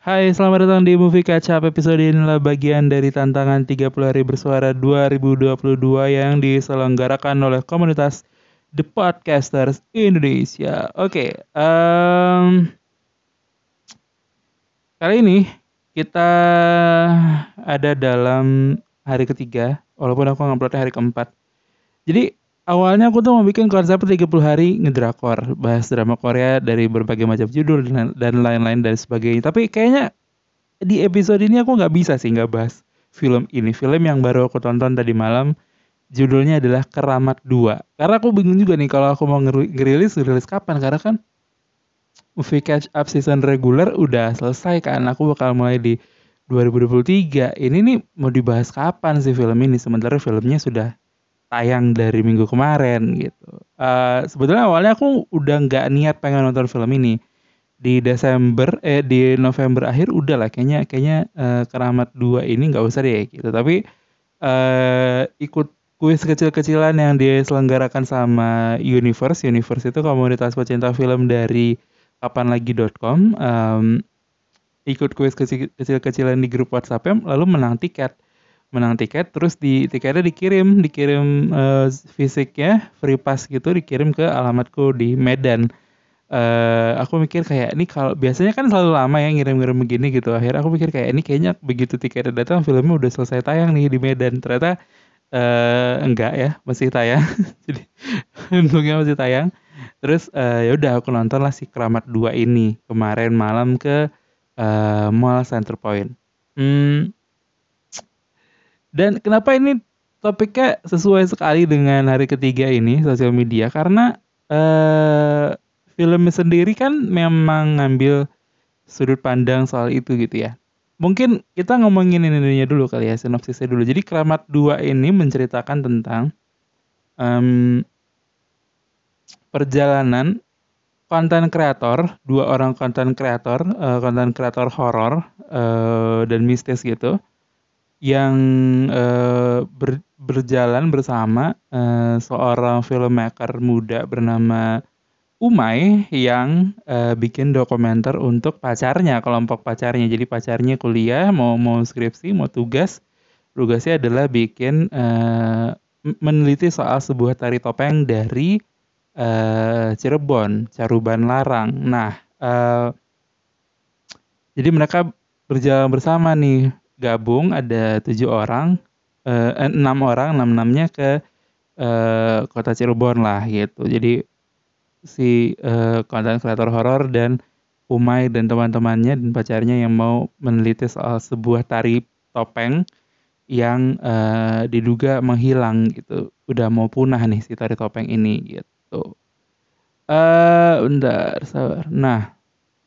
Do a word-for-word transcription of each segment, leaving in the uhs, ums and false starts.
Hai, selamat datang di Movie Catch Up. Episode ini adalah bagian dari tantangan tiga puluh hari bersuara dua ribu dua puluh dua yang diselenggarakan oleh komunitas The Podcasters Indonesia. Oke, em, kali ini kita ada dalam hari ketiga, walaupun aku nguploadnya hari keempat. Jadi awalnya aku tuh mau bikin konsep tiga puluh hari ngedrakor, bahas drama Korea dari berbagai macam judul dan dan lain-lain dan sebagainya. Tapi kayaknya di episode ini aku nggak bisa sih nggak bahas film ini. Film yang baru aku tonton tadi malam, judulnya adalah Keramat dua. Karena aku bingung juga nih kalau aku mau ngeri- ngerilis, ngerilis kapan. Karena kan movie catch up season reguler udah selesai kan. Aku bakal mulai di dua ribu dua puluh tiga. Ini nih mau dibahas kapan sih film ini? Sementara filmnya sudah tayang dari minggu kemarin gitu. Eh, sebetulnya awalnya aku udah nggak niat pengen nonton film ini di Desember eh di November akhir udah lah kayaknya kayaknya eh, Keramat dua ini nggak usah deh gitu. Tapi eh ikut kuis kecil-kecilan yang diselenggarakan sama Universe. Universe itu komunitas pecinta film dari kapanlagi dot com. Em, ikut kuis kecil- kecil-kecilan di grup WhatsApp-nya lalu menang tiket. Menang tiket terus di tiketnya dikirim, dikirim eh, fisiknya free pass gitu dikirim ke alamatku di Medan. Eh, aku mikir kayak ini kalau biasanya kan selalu lama ya ngirim-ngirim begini gitu. Akhirnya aku mikir kayak ini kayaknya begitu tiketnya datang filmnya udah selesai tayang nih di Medan. Ternyata eh, enggak ya, masih tayang. Jadi untungnya masih tayang. Terus eh, ya udah aku nonton lah si Keramat dua ini kemarin malam ke eh, Mall Center Point. Hmm, dan kenapa ini topiknya sesuai sekali dengan hari ketiga ini sosial media karena eh filmnya sendiri kan memang ngambil sudut pandang soal itu gitu ya. Mungkin kita ngomongin ininya dulu kali ya, sinopsisnya dulu. Jadi Keramat dua ini menceritakan tentang em, perjalanan konten kreator, dua orang konten kreator, eh, konten kreator horor eh, dan mistis gitu yang eh, ber- berjalan bersama eh, seorang filmmaker muda bernama Umay yang eh, bikin dokumenter untuk pacarnya, kelompok pacarnya. Jadi pacarnya kuliah, mau mau skripsi, mau tugas. Tugasnya adalah bikin eh, m- meneliti soal sebuah tari topeng dari eh, Cirebon, Caruban Larang. Nah, eh, jadi mereka berjalan bersama nih, gabung ada tujuh orang, eh, eh, enam orang, enam enamnya ke eh, kota Cirebon lah gitu. Jadi si eh, konten kreator horor dan Umay dan teman-temannya dan pacarnya yang mau meneliti soal sebuah tari topeng yang eh, diduga menghilang gitu. Udah mau punah nih si tari topeng ini gitu. Eh, bentar, sabar. Nah,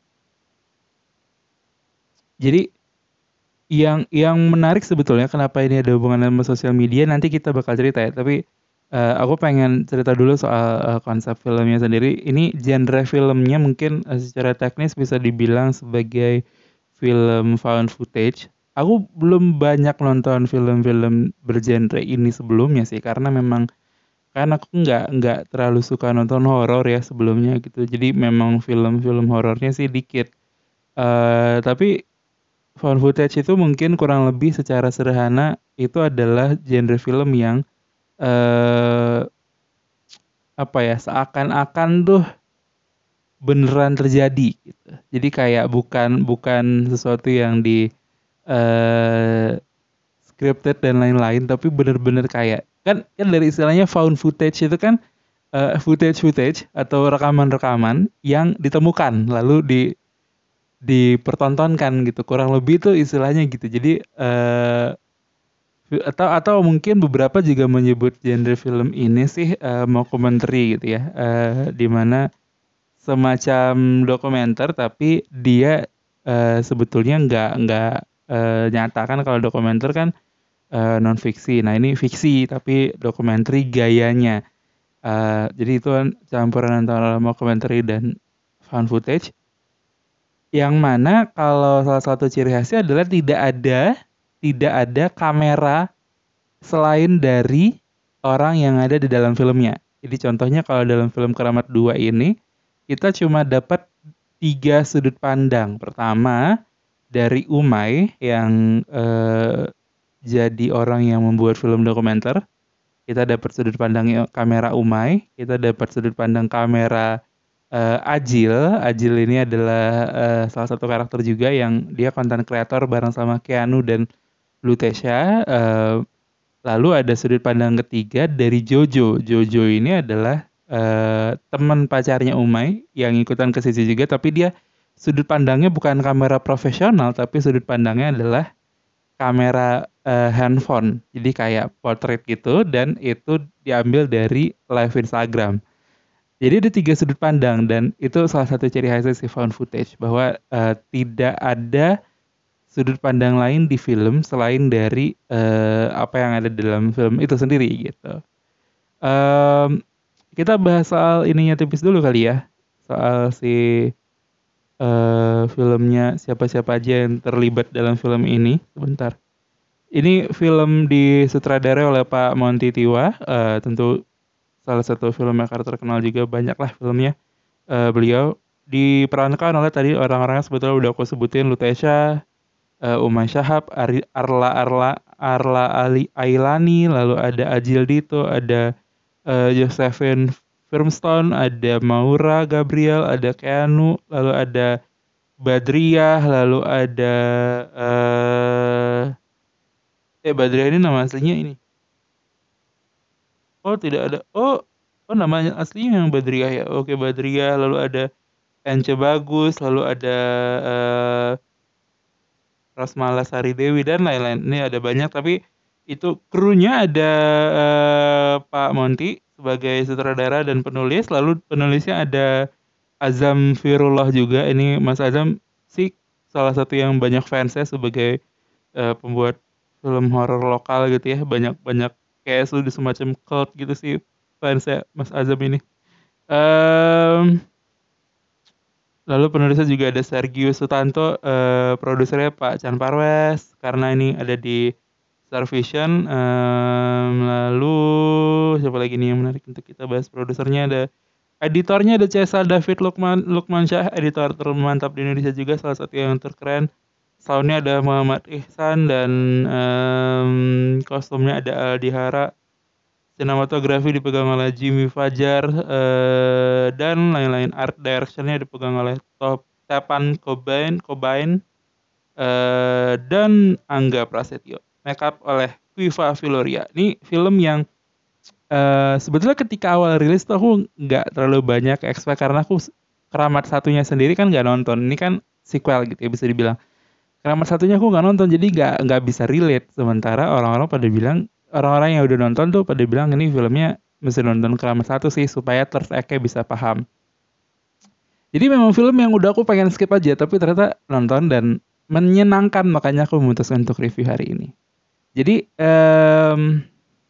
jadi yang yang menarik sebetulnya kenapa ini ada hubungan sama sosial media nanti kita bakal cerita ya. Tapi eh, aku pengen cerita dulu soal eh, konsep filmnya sendiri. Ini genre filmnya mungkin eh, secara teknis bisa dibilang sebagai film found footage. Aku belum banyak nonton film-film bergenre ini sebelumnya sih karena memang kan aku nggak nggak terlalu suka nonton horor ya sebelumnya gitu. Jadi memang film-film horornya sih dikit. Eh tapi found footage itu mungkin kurang lebih secara sederhana itu adalah genre film yang eh apa ya seakan-akan tuh beneran terjadi gitu. Jadi kayak bukan bukan sesuatu yang di eh scripted dan lain-lain tapi bener-bener kayak kan kan dari istilahnya found footage itu kan eh, footage footage atau rekaman-rekaman yang ditemukan lalu di dipertontonkan gitu kurang lebih tuh istilahnya gitu jadi eh, atau atau mungkin beberapa juga menyebut genre film ini sih eh, mockumentary gitu ya eh, di mana semacam dokumenter tapi dia eh, sebetulnya nggak nggak eh, nyatakan kalau dokumenter kan non fiksi. Nah ini fiksi tapi dokumenter gayanya. Eh, jadi itu kan campuran antara mockumentary dan found footage. Yang mana kalau salah satu ciri khasnya adalah tidak ada tidak ada kamera selain dari orang yang ada di dalam filmnya. Jadi contohnya kalau dalam film Keramat dua ini kita cuma dapat tiga sudut pandang. Pertama dari Umay yang uh, jadi orang yang membuat film dokumenter. Kita dapat sudut pandang kamera Umay, kita dapat sudut pandang kamera uh, Ajil. Ajil ini adalah uh, salah satu karakter juga yang dia konten kreator bareng sama Keanu dan Lutecia. Uh, lalu ada sudut pandang ketiga dari Jojo. Jojo ini adalah uh, teman pacarnya Umay yang ikutan ke sisi juga, tapi dia sudut pandangnya bukan kamera profesional, tapi sudut pandangnya adalah kamera uh, handphone. Jadi kayak portrait gitu dan itu diambil dari live Instagram. Jadi ada tiga sudut pandang dan itu salah satu ciri khasnya si found footage bahwa uh, tidak ada sudut pandang lain di film selain dari uh, apa yang ada dalam film itu sendiri gitu. Um, kita bahas soal ininya tipis dulu kali ya. Soal si uh, filmnya siapa-siapa aja yang terlibat dalam film ini. Sebentar. Ini film disutradarai oleh Pak Monty Tiwa, uh, tentu salah satu filmmaker terkenal juga, banyaklah filmnya. Uh, beliau diperankan oleh tadi orang-orangnya sebetulnya udah aku sebutin, Lutecia, uh, Umay Shahab, Ari, Arla Arla Arla Ali Ailani, lalu ada Ajil Dito, ada uh, Josephine Firmstone, ada Maura Gabriel, ada Keanu, lalu ada Badriah, lalu ada uh, Eh Badriah ini nama aslinya ini. Oh tidak ada. Oh, oh namanya aslinya yang Badriah ya. Oke Badriah. Lalu ada Ence Bagus. Lalu ada uh, Rosmala Sari Dewi dan lain-lain. Ini ada banyak tapi itu krunya ada uh, Pak Monty sebagai sutradara dan penulis. Lalu penulisnya ada Azam Firullah juga. Ini Mas Azam sih salah satu yang banyak fansnya sebagai uh, pembuat film horor lokal gitu ya, banyak-banyak kayak sudah semacam cult gitu sih fansnya Mas Azam ini. Um, lalu penulisnya juga ada Sergius Sutanto, uh, produsernya Pak Chan Parwes karena ini ada di Star Vision. Um, lalu siapa lagi nih yang menarik untuk kita bahas? Produsernya ada, editornya ada Cesal David Lukman Lukman Syah, editor termantap di Indonesia juga, salah satu yang terkeren. Soundnya ada Muhammad Ihsan dan um, kostumnya ada Aldi Hara. Sinematografi dipegang oleh Jimmy Fajar uh, dan lain-lain. Art directionnya dipegang oleh Top Tapan Cobain, Cobain uh, dan Angga Prasetyo. Makeup oleh Quiva Filoria. Ini film yang uh, sebetulnya ketika awal rilis tuh aku nggak terlalu banyak expect karena aku Keramat satunya sendiri kan nggak nonton. Ini kan sequel gitu ya bisa dibilang. Keramat satunya aku nggak nonton jadi nggak nggak bisa relate, sementara orang-orang pada bilang, orang-orang yang udah nonton tuh pada bilang ini filmnya mesti nonton Keramat satu sih supaya third act-nya bisa paham. Jadi memang film yang udah aku pengen skip aja tapi ternyata nonton dan menyenangkan, makanya aku memutuskan untuk review hari ini. Jadi um,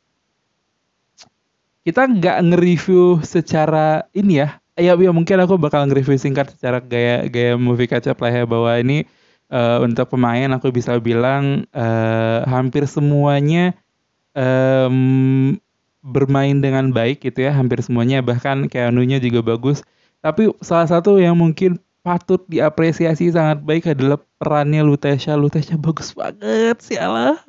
kita nggak nge-review secara ini ya, ya, ya mungkin aku bakal nge-review singkat secara gaya gaya movie catch up lah ya, bahwa ini Uh, untuk pemain aku bisa bilang uh, hampir semuanya um, bermain dengan baik gitu ya, hampir semuanya, bahkan Keanu-nya juga bagus. Tapi salah satu yang mungkin patut diapresiasi sangat baik adalah perannya Lutecia. Lutecia bagus banget, sialan.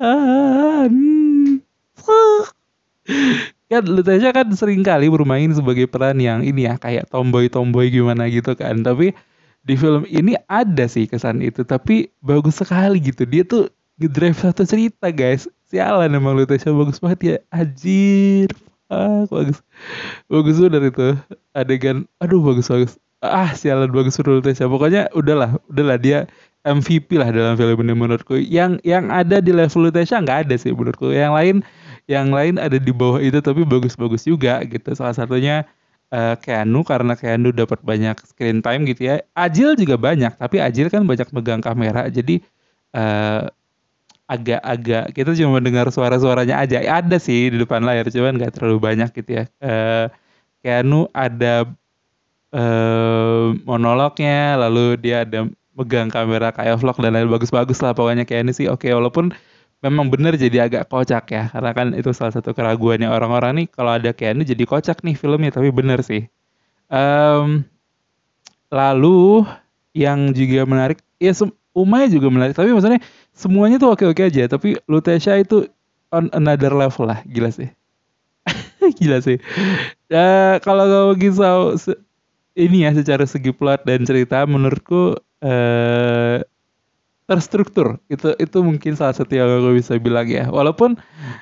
Kan Lutecia kan sering kali bermain sebagai peran yang ini ya, kayak tomboy-tomboy gimana gitu kan. Tapi di film ini ada sih kesan itu, tapi bagus sekali gitu. Dia tuh ngedrive satu cerita guys. Sialan emang Lutecia bagus banget ya. Anjir. Ah, bagus. Bagus banget itu. Adegan, aduh bagus-bagus. Ah, sialan bagus banget Lutecia. Pokoknya udahlah, udahlah dia M V P lah dalam film ini menurutku. Yang yang ada di level Lutecia nggak ada sih menurutku. Yang lain yang lain ada di bawah itu tapi bagus-bagus juga gitu. Salah satunya uh, Keanu, karena Keanu dapat banyak screen time gitu ya. Ajil juga banyak, tapi Ajil kan banyak megang kamera, jadi uh, agak-agak kita cuma mendengar suara-suaranya aja. Ada sih di depan layar, cuman nggak terlalu banyak gitu ya. Uh, Keanu ada uh, monolognya, lalu dia ada megang kamera kayak vlog dan lain, bagus-bagus lah pokoknya Keanu sih. Oke, walaupun memang bener jadi agak kocak ya, karena kan itu salah satu keraguannya orang-orang nih, kalau ada Keanu jadi kocak nih filmnya, tapi bener sih. Um, lalu yang juga menarik, ya Umay juga menarik, tapi maksudnya semuanya tuh oke-oke aja, tapi Lutetia itu on another level lah, gila sih. Gila sih. Ya kalau ngomongin soal se- ini ya secara segi plot dan cerita menurutku eh terstruktur. Itu itu mungkin salah satu yang aku bisa bilang ya. Walaupun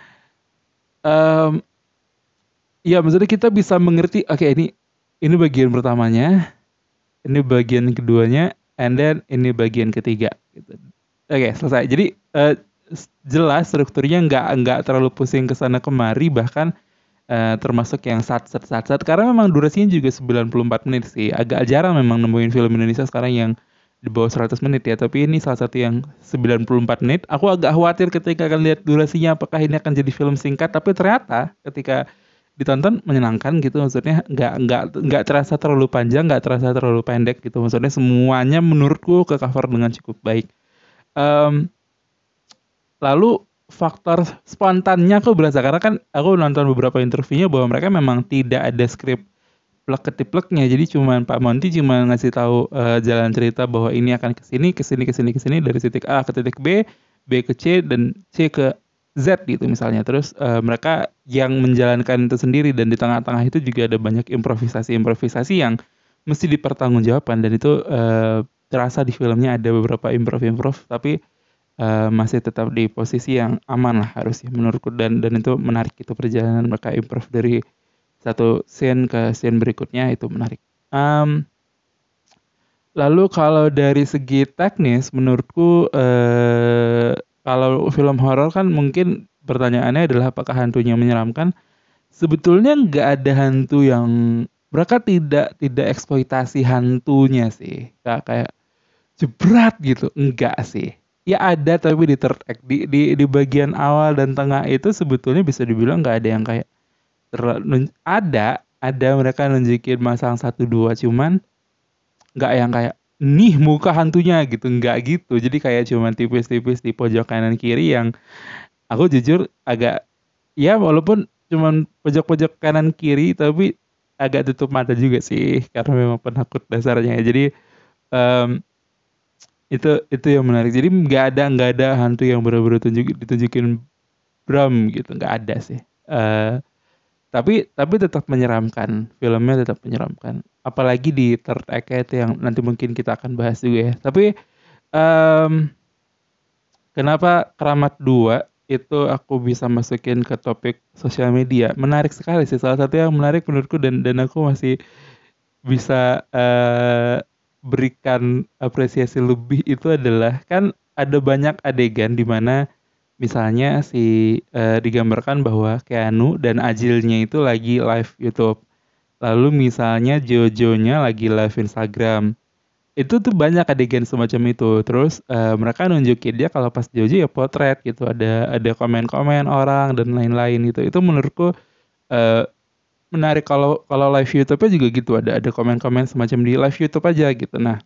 em, ya maksudnya kita bisa mengerti oke ini ini bagian pertamanya, ini bagian keduanya, and then ini bagian ketiga gitu. Oke, selesai. Jadi eh, s- jelas strukturnya nggak nggak terlalu pusing ke sana kemari, bahkan eh, termasuk yang sat sat sat sat karena memang durasinya juga sembilan puluh empat menit sih. Agak jarang memang nemuin film Indonesia sekarang yang di bawah seratus menit ya, tapi ini salah satu yang sembilan puluh empat menit. Aku agak khawatir ketika akan lihat durasinya apakah ini akan jadi film singkat, tapi ternyata ketika ditonton menyenangkan gitu, maksudnya nggak nggak nggak terasa terlalu panjang, nggak terasa terlalu pendek gitu, maksudnya semuanya menurutku ke cover dengan cukup baik. Em, Lalu faktor spontannya aku berasa karena kan aku nonton beberapa interviewnya bahwa mereka memang tidak ada skrip plek ketipleknya, jadi cuman Pak Monty cuma ngasih tahu eh, jalan cerita bahwa ini akan ke sini ke sini ke sini ke sini dari titik A ke titik B, B ke C dan C ke Z gitu misalnya. Terus eh, mereka yang menjalankan itu sendiri dan di tengah-tengah itu juga ada banyak improvisasi-improvisasi yang mesti dipertanggungjawabkan dan itu eh, terasa di filmnya ada beberapa improv-improv tapi eh, masih tetap di posisi yang aman lah harusnya menurutku dan dan itu menarik itu perjalanan mereka improv dari satu scene ke scene berikutnya itu menarik. Em, Lalu kalau dari segi teknis menurutku eh, kalau film horor kan mungkin pertanyaannya adalah apakah hantunya menyeramkan? Sebetulnya nggak ada hantu yang mereka tidak tidak eksploitasi hantunya sih. Kayak kayak jebrat gitu. Enggak sih. Ya ada tapi di third act di, di di bagian awal dan tengah itu sebetulnya bisa dibilang nggak ada yang kayak terlalu nun- ada ada mereka nunjukin masang satu dua cuman nggak yang kayak nih muka hantunya gitu nggak gitu jadi kayak cuman tipis-tipis di pojok kanan kiri yang aku jujur agak ya walaupun cuman pojok-pojok kanan kiri tapi agak tutup mata juga sih karena memang penakut dasarnya jadi em, itu itu yang menarik jadi nggak ada nggak ada hantu yang benar-benar tunjuk ditunjukin Bram gitu nggak ada sih. Eh, tapi tapi tetap menyeramkan filmnya tetap menyeramkan apalagi di third act itu yang nanti mungkin kita akan bahas juga ya tapi em, kenapa Keramat dua itu aku bisa masukin ke topik sosial media menarik sekali sih salah satu yang menarik menurutku dan dan aku masih bisa eh, berikan apresiasi lebih itu adalah kan ada banyak adegan di mana misalnya si eh, digambarkan bahwa Keanu dan Ajilnya itu lagi live YouTube. Lalu misalnya Jojo-nya lagi live Instagram. Itu tuh banyak adegan semacam itu. Terus eh, mereka nunjukin dia kalau pas Jojo ya potret gitu. Ada ada komen-komen orang dan lain-lain gitu. Itu menurutku eh, menarik kalau kalau live YouTube-nya juga gitu. Ada ada komen-komen semacam di live YouTube aja gitu. Nah,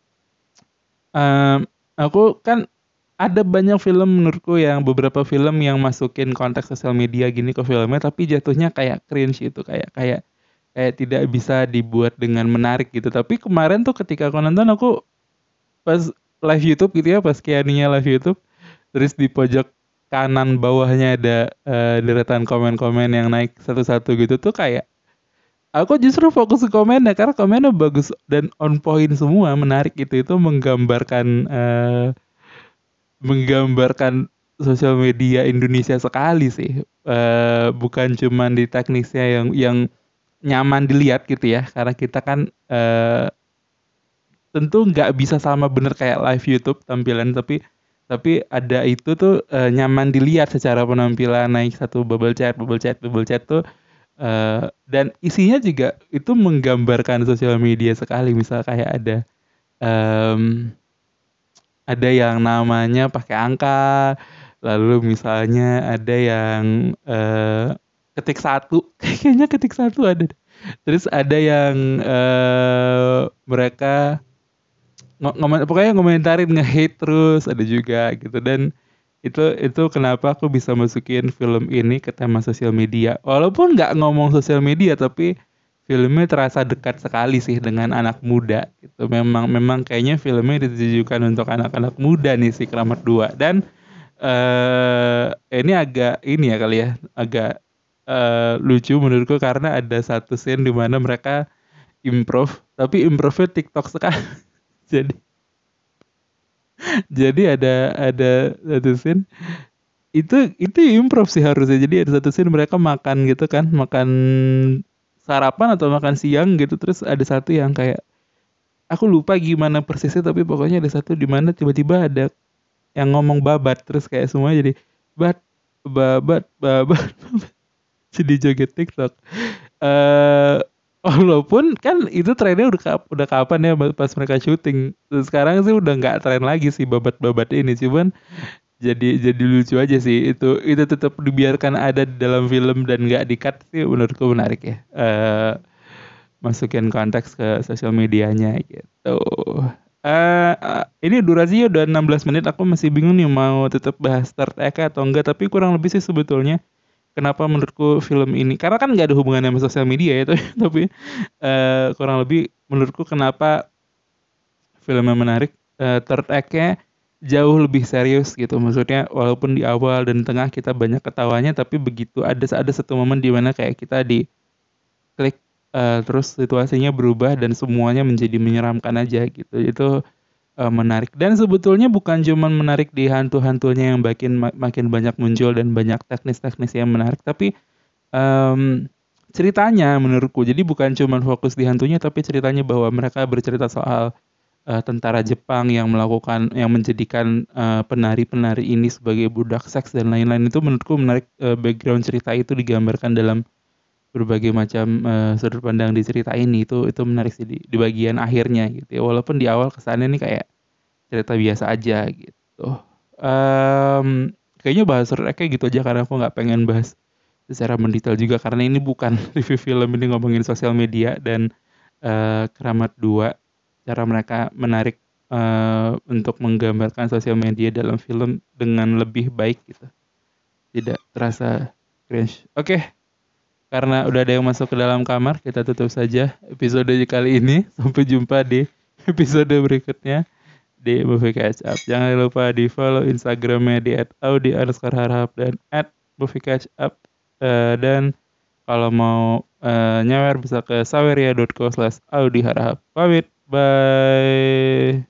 em, aku kan ada banyak film menurutku yang beberapa film yang masukin konteks sosial media gini ke filmnya tapi jatuhnya kayak cringe itu kayak kayak kayak tidak bisa dibuat dengan menarik gitu. Tapi kemarin tuh ketika aku nonton aku pas live YouTube gitu ya, pas Keanu-nya live YouTube, terus di pojok kanan bawahnya ada eh, deretan komen-komen yang naik satu-satu gitu tuh kayak aku justru fokus ke komennya karena komennya bagus dan on point semua, menarik gitu. Itu menggambarkan eh, menggambarkan sosial media Indonesia sekali sih. Eh, bukan cuman di teknisnya yang yang nyaman dilihat gitu ya karena kita kan eh, tentu nggak bisa sama bener kayak live YouTube tampilan tapi tapi ada itu tuh eh, nyaman dilihat secara penampilan naik satu bubble chat bubble chat bubble chat tuh eh, dan isinya juga itu menggambarkan sosial media sekali misal kayak ada em, ada yang namanya pakai angka lalu misalnya ada yang eh, ketik satu kayaknya ketik satu ada deh. Terus ada yang eh, mereka ngo- ngomen pokoknya ngomentarin nge-hate terus ada juga gitu dan itu itu kenapa aku bisa masukin film ini ke tema sosial media walaupun nggak ngomong sosial media tapi filmnya terasa dekat sekali sih dengan anak muda gitu. Memang memang kayaknya filmnya ditujukan untuk anak-anak muda nih si Keramat dua. Dan eh ini agak ini ya kali ya, agak eh, lucu menurutku karena ada satu scene di mana mereka improv, tapi improvnya TikTok sekali. Jadi jadi ada ada satu scene itu itu improv sih harusnya. Jadi ada satu scene mereka makan gitu kan, makan sarapan atau makan siang gitu, terus ada satu yang kayak aku lupa gimana persisnya, tapi pokoknya ada satu di mana tiba-tiba ada yang ngomong babat, terus kayak semua jadi bat babat babat jadi joget TikTok. Eh walaupun kan itu trennya udah kap- udah kapan ya pas mereka syuting. Terus sekarang sih udah nggak tren lagi sih babat-babat ini, cuman jadi jadi lucu aja sih itu itu tetap dibiarkan ada di dalam film dan nggak di-cut sih menurutku menarik ya. Eh masukin konteks ke sosial medianya gitu. Eh eh, ini durasinya udah enam belas menit, aku masih bingung nih mau tetap bahas Third Act atau enggak, tapi kurang lebih sih sebetulnya kenapa menurutku film ini, karena kan nggak ada hubungannya sama sosial media ya tapi, tapi eh, kurang lebih menurutku kenapa filmnya menarik. Eh, third act-nya jauh lebih serius gitu, maksudnya walaupun di awal dan tengah kita banyak ketawanya, tapi begitu ada ada satu momen di mana kayak kita di klik, eh, terus situasinya berubah dan semuanya menjadi menyeramkan aja gitu. Itu eh, menarik, dan sebetulnya bukan cuma menarik di hantu-hantunya yang makin makin banyak muncul dan banyak teknis-teknis yang menarik, tapi em, ceritanya menurutku jadi bukan cuma fokus di hantunya, tapi ceritanya bahwa mereka bercerita soal eh, tentara Jepang yang melakukan yang menjadikan eh, penari-penari ini sebagai budak seks dan lain-lain. Itu menurutku menarik. Eh, background cerita itu digambarkan dalam berbagai macam eh, sudut pandang di cerita ini. Itu itu menarik sih di, di bagian akhirnya gitu ya, walaupun di awal kesannya nih kayak cerita biasa aja gitu. Em, kayaknya bahas kayak gitu aja karena aku nggak pengen bahas secara mendetail juga, karena ini bukan review film, ini ngomongin sosial media dan eh, Keramat dua, cara mereka menarik eh, untuk menggambarkan sosial media dalam film dengan lebih baik gitu, tidak terasa cringe. Oke, karena udah ada yang masuk ke dalam kamar, kita tutup saja episode kali ini. Sampai jumpa di episode berikutnya di Movie Catch Up. Jangan lupa di follow Instagramnya di at audi underscore harhab dan at movie catch up. Eh, dan kalau mau eh, nyawer bisa ke saweria dot co slash audi harhab. Pamit, bye.